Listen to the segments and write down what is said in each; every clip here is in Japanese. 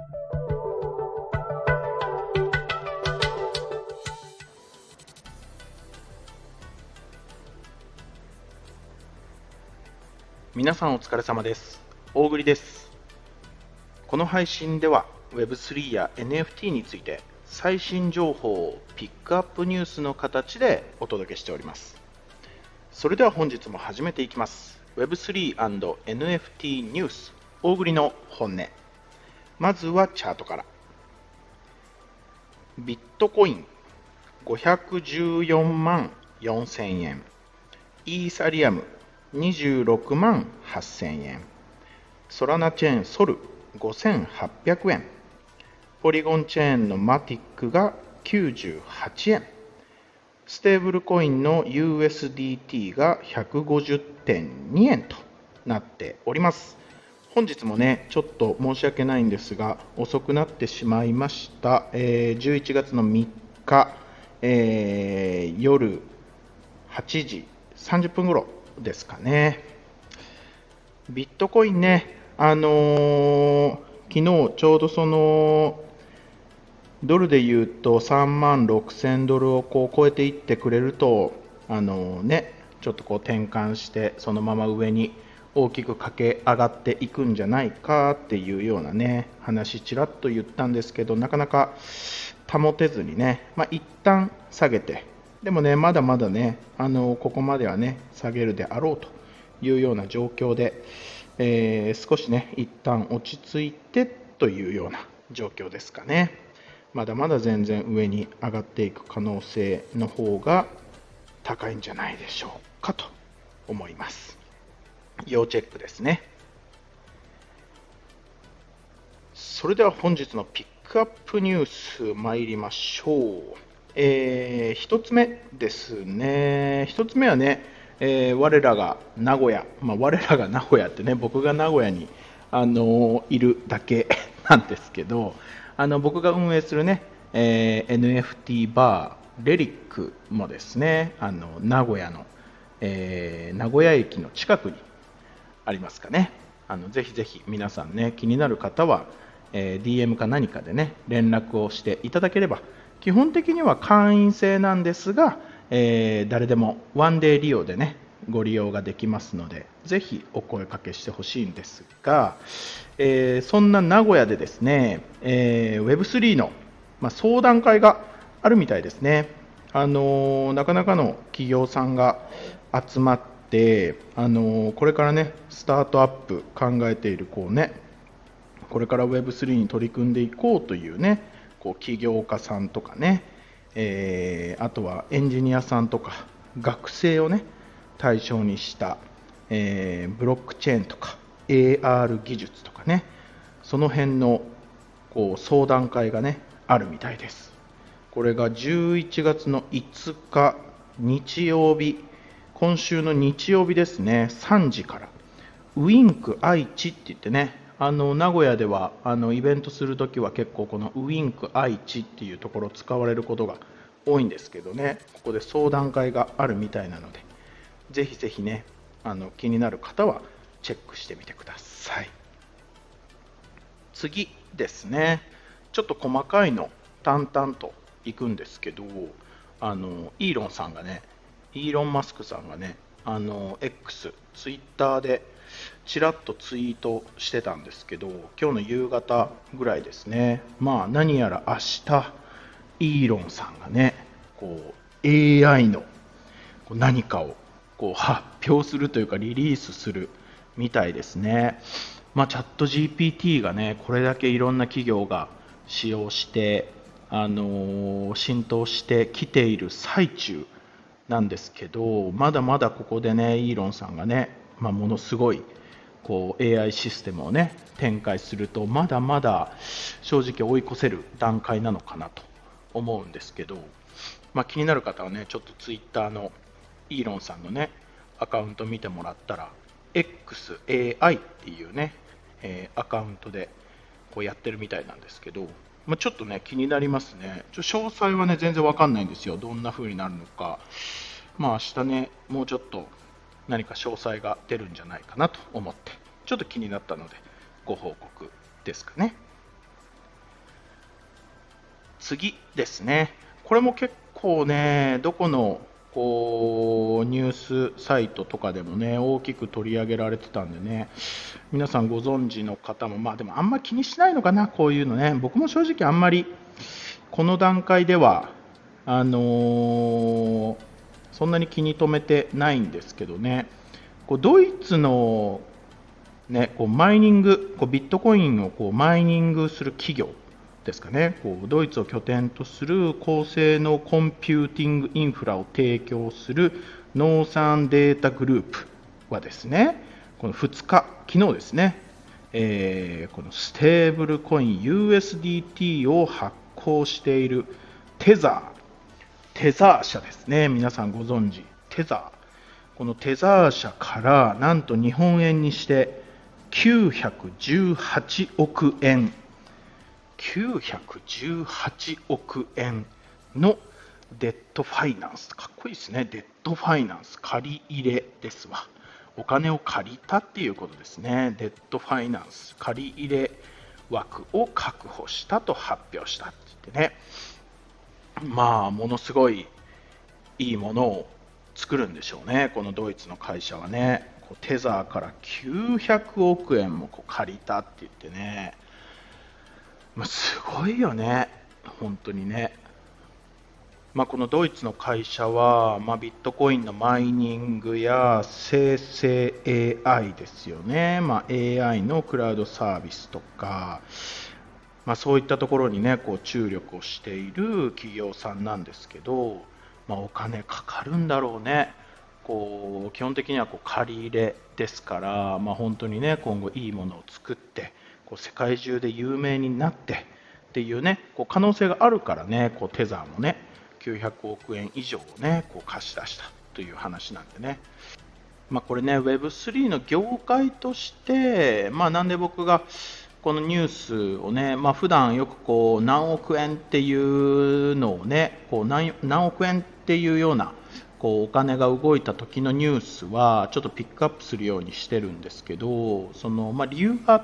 皆さんお疲れ様です。大栗です。この配信では Web3 や NFT について最新情報をピックアップニュースの形でお届けしております。それでは本日も始めていきます。Web3&NFT ニュース大栗の本音。まずはチャートから。ビットコイン514万4000円、イーサリアム26万8000円、ソラナチェーンソル5800円、ポリゴンチェーンのマティックが98円、ステーブルコインの USDT が 150.2 円となっております。本日もね、ちょっと申し訳ないんですが、遅くなってしまいました。11月の3日、夜8時30分頃ですかね。ビットコインね、昨日ちょうどそのドルで言うと3万6000ドルをこう超えていってくれるとちょっとこう転換してそのまま上に大きく駆け上がっていくんじゃないかっていうようなね話ちらっと言ったんですけど、なかなか保てずにね、一旦下げて、でもねまだまだねここまではね下げるであろうというような状況で、少しね一旦落ち着いてというような状況ですかね。まだまだ全然上に上がっていく可能性の方が高いんじゃないでしょうかと思います。要チェックですね。それでは本日のピックアップニュース参りましょう。1つ目ですね。1つ目はね、我らが名古屋、我らが名古屋ってね、僕が名古屋にいるだけなんですけど、僕が運営するね、NFT バーレリックもですね、名古屋の、名古屋駅の近くにありますかね。ぜひぜひ皆さんね、気になる方は、DM か何かでね連絡をしていただければ、基本的には会員制なんですが、誰でもワンデー利用でねご利用ができますので、ぜひお声かけしてほしいんですが、そんな名古屋でですね、Web3 の、相談会があるみたいですね。なかなかの企業さんが集まって、これからねスタートアップ考えているこれから Web3 に取り組んでいこうというね起業家さんとかね、あとはエンジニアさんとか学生をね対象にした、ブロックチェーンとか AR 技術とかね、その辺の相談会がねあるみたいです。これが11月の5日日曜日、今週の日曜日ですね、3時からウィンク愛知って言ってね、名古屋ではイベントするときは結構このウィンク愛知っていうところを使われることが多いんですけどね、ここで相談会があるみたいなので、ぜひぜひね気になる方はチェックしてみてください。次ですね、ちょっと細かいの淡々といくんですけど、イーロンさんがね、イーロン・マスクさんがね、X、ツイッターでちらっとツイートしてたんですけど、今日の夕方ぐらいですね、何やら明日、イーロンさんがね、AI の何かを発表するというかリリースするみたいですね。チャット GPT がね、これだけいろんな企業が使用して、浸透してきている最中なんですけど、まだまだここでねイーロンさんがね、ものすごいAI システムをね展開すると、まだまだ正直追い越せる段階なのかなと思うんですけど、気になる方はねちょっとツイッターのイーロンさんのねアカウント見てもらったら XAI っていうね、アカウントでやってるみたいなんですけど、ちょっとね気になりますね。詳細はね全然わかんないんですよ、どんな風になるのか。明日ねもうちょっと何か詳細が出るんじゃないかなと思って、ちょっと気になったのでご報告ですかね。 次ですね。これも結構ね、どこのニュースサイトとかでもね、大きく取り上げられてたんでね、皆さんご存知の方も、でもあんま気にしないのかな、こういうのね。僕も正直あんまりこの段階では、そんなに気に留めてないんですけどね、ドイツの、ね、マイニング、ビットコインをマイニングする企業ですかね、ドイツを拠点とする高性能コンピューティングインフラを提供するノーサンデータグループはですね、この2日、昨日ですね、このステーブルコイン USDT を発行しているテザー社ですね。皆さんご存知、テザー。このテザー社からなんと日本円にして918億円のデッドファイナンス、かっこいいですね。デッドファイナンス、借り入れですわ。お金を借りたっていうことですね。デッドファイナンス、借り入れ枠を確保したと発表したって言ってね。ものすごいいいものを作るんでしょうね。このドイツの会社はね。テザーから900億円も借りたって言ってね。すごいよね。本当にね。このドイツの会社は、ビットコインのマイニングや生成 AI ですよね、AI のクラウドサービスとか、そういったところにね、注力をしている企業さんなんですけど、お金かかるんだろうね。基本的には借り入れですから、本当にね、今後いいものを作って、世界中で有名になってっていうね、可能性があるからね、テザーもね、900億円以上をね、貸し出したという話なんでね。これね、Web3 の業界として、なんで僕がこのニュースをね、普段よく何億円っていうのをね、何億円っていうようなお金が動いた時のニュースはちょっとピックアップするようにしてるんですけど、理由があって、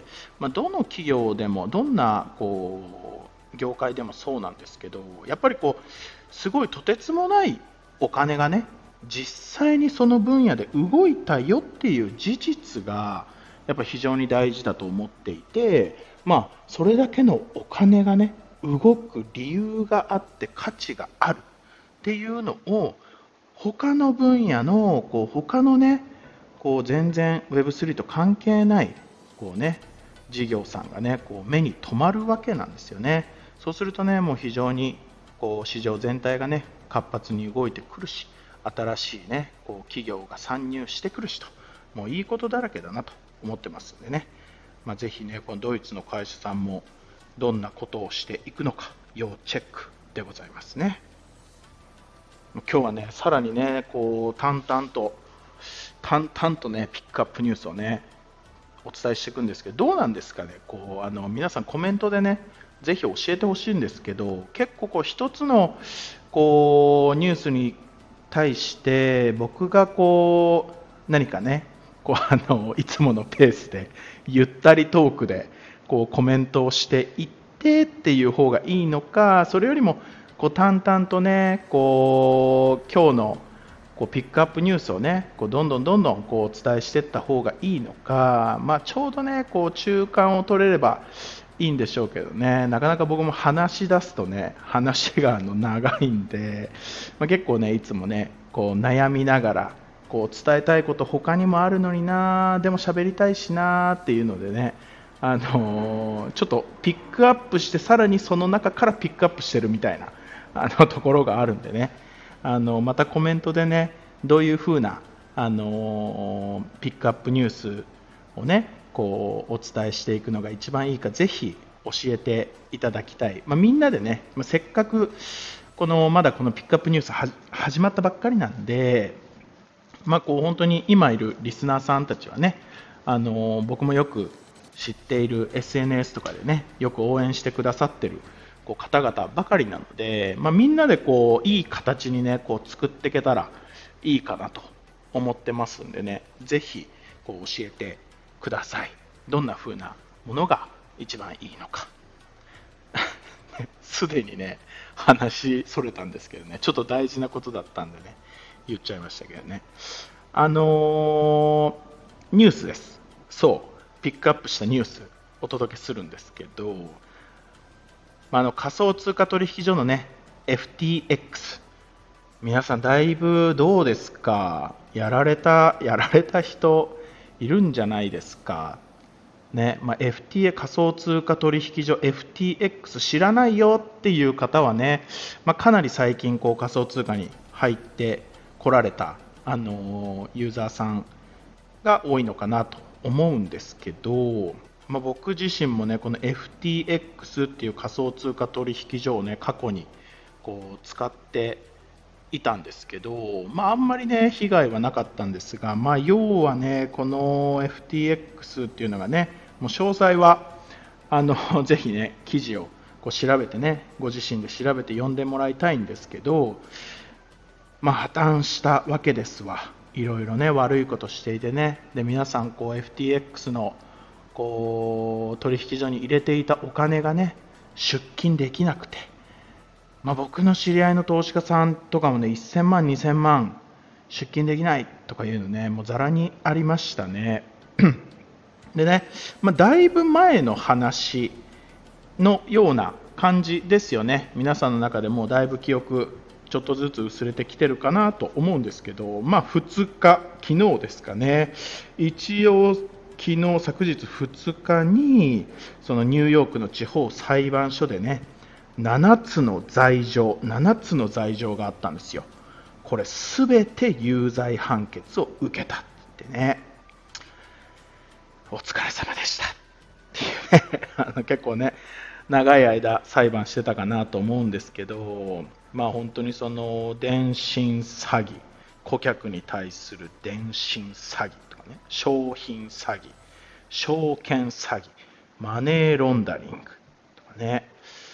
どの企業でもどんな業界でもそうなんですけど、やっぱりすごいとてつもないお金がね、実際にその分野で動いたよっていう事実がやっぱり非常に大事だと思っていて、それだけのお金がね、動く理由があって価値があるっていうのを他の分野の他のね、全然 Web3 と関係ない事業さんがね、目に留まるわけなんですよね。そうするとね、もう非常に市場全体がね、活発に動いてくるし、新しいね、企業が参入してくるしと、もういいことだらけだなと思ってますんでね、ぜひね、このドイツの会社さんもどんなことをしていくのか要チェックでございますね。今日はね、さらにね、淡々とね、ピックアップニュースをね、お伝えしていくんですけど、どうなんですかね、皆さんコメントでね、ぜひ教えてほしいんですけど、結構一つのニュースに対して僕が何かね、いつものペースでゆったりトークでコメントをしていってっていう方がいいのか、それよりも淡々とね、今日のピックアップニュースをね、どんどんお伝えしていった方がいいのか、ちょうどね、中間を取れればいいんでしょうけどね、なかなか僕も話し出すとね、話が長いんで、結構ね、いつもね、悩みながら伝えたいこと他にもあるのにな、でも喋りたいしなっていうのでね、ちょっとピックアップして、さらにその中からピックアップしてるみたいなところがあるんでね、またコメントでね、どういう風なピックアップニュースをね、お伝えしていくのが一番いいか、ぜひ教えていただきたい。みんなでね、せっかくまだこのピックアップニュース始まったばっかりなんで、本当に今いるリスナーさんたちはね、僕もよく知っている SNS とかでね、よく応援してくださってる方々ばかりなので、みんなでいい形にね、作っていけたらいいかなと思ってますんでね、ぜひ教えてください。どんな風なものが一番いいのかすでにね、話それたんですけどね、ちょっと大事なことだったんでね、言っちゃいましたけどね。ニュースです。そう、ピックアップしたニュース、お届けするんですけど、仮想通貨取引所のね、FTX、皆さんだいぶどうですか？やられた人いるんじゃないですかね。FTA 仮想通貨取引所 FTX 知らないよっていう方はね、かなり最近仮想通貨に入ってこられた、ユーザーさんが多いのかなと思うんですけど、僕自身もねこの FTX っていう仮想通貨取引所をね過去に使っていたんですけど、あんまりね被害はなかったんですが、要はねこの FTX っていうのがね、もう詳細はぜひね記事を調べてね、ご自身で調べて読んでもらいたいんですけど、破綻したわけですわ。いろいろね悪いことしていてね、で皆さんFTX の取引所に入れていたお金がね出金できなくて、僕の知り合いの投資家さんとかもね1000万2000万出金できないとかいうのね、もうざらにありましたね。でね、だいぶ前の話のような感じですよね。皆さんの中でもうだいぶ記憶ちょっとずつ薄れてきてるかなと思うんですけど、2日、昨日ですかね、一応昨日昨日2日にそのニューヨークの地方裁判所でね7つの罪状があったんですよ。これすべて有罪判決を受けたってね、お疲れ様でしたっていうね結構ね長い間裁判してたかなと思うんですけど、本当にその電信詐欺、顧客に対する電信詐欺とかね、商品詐欺、証券詐欺、マネーロンダリングとかね、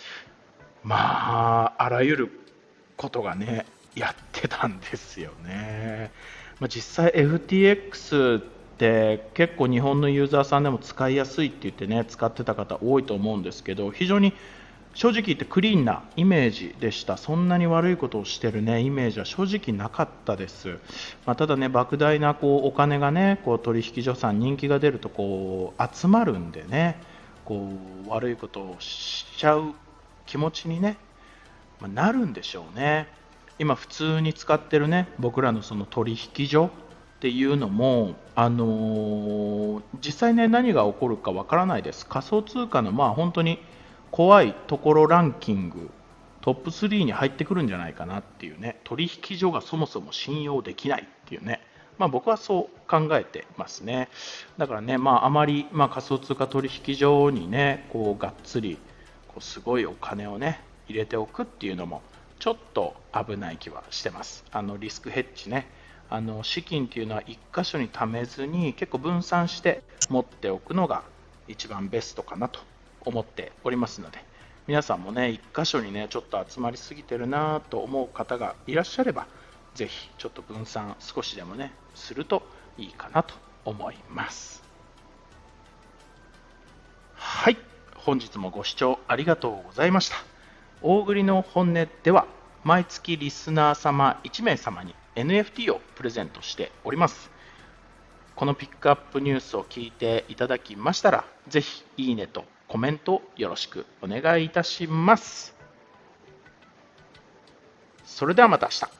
あらゆることがねやってたんですよね。実際 FTX って結構日本のユーザーさんでも使いやすいって言ってね使ってた方多いと思うんですけど、非常に正直言ってクリーンなイメージでした。そんなに悪いことをしてるねイメージは正直なかったです。ただね莫大なお金がね取引所さん人気が出ると集まるんでね、悪いことをしちゃう気持ちにね、なるんでしょうね。今普通に使ってるね僕らのその取引所っていうのも、実際ね何が起こるかわからないです。仮想通貨の本当に怖いところランキングトップ3に入ってくるんじゃないかなっていうね、取引所がそもそも信用できないっていうね、僕はそう考えてますね。だからね、あまり、仮想通貨取引所にねがっつりすごいお金をね入れておくっていうのもちょっと危ない気はしてます。リスクヘッジね、資金っていうのは1箇所に貯めずに結構分散して持っておくのが一番ベストかなと思っておりますので、皆さんもね1箇所にねちょっと集まりすぎてるなと思う方がいらっしゃれば、ぜひちょっと分散少しでもねするといいかなと思います。はい、本日もご視聴ありがとうございました。大栗の本音では毎月リスナー様1名様に NFT をプレゼントしております。このピックアップニュースを聞いていただきましたら、ぜひいいねとコメントよろしくお願いいたします。それではまた明日。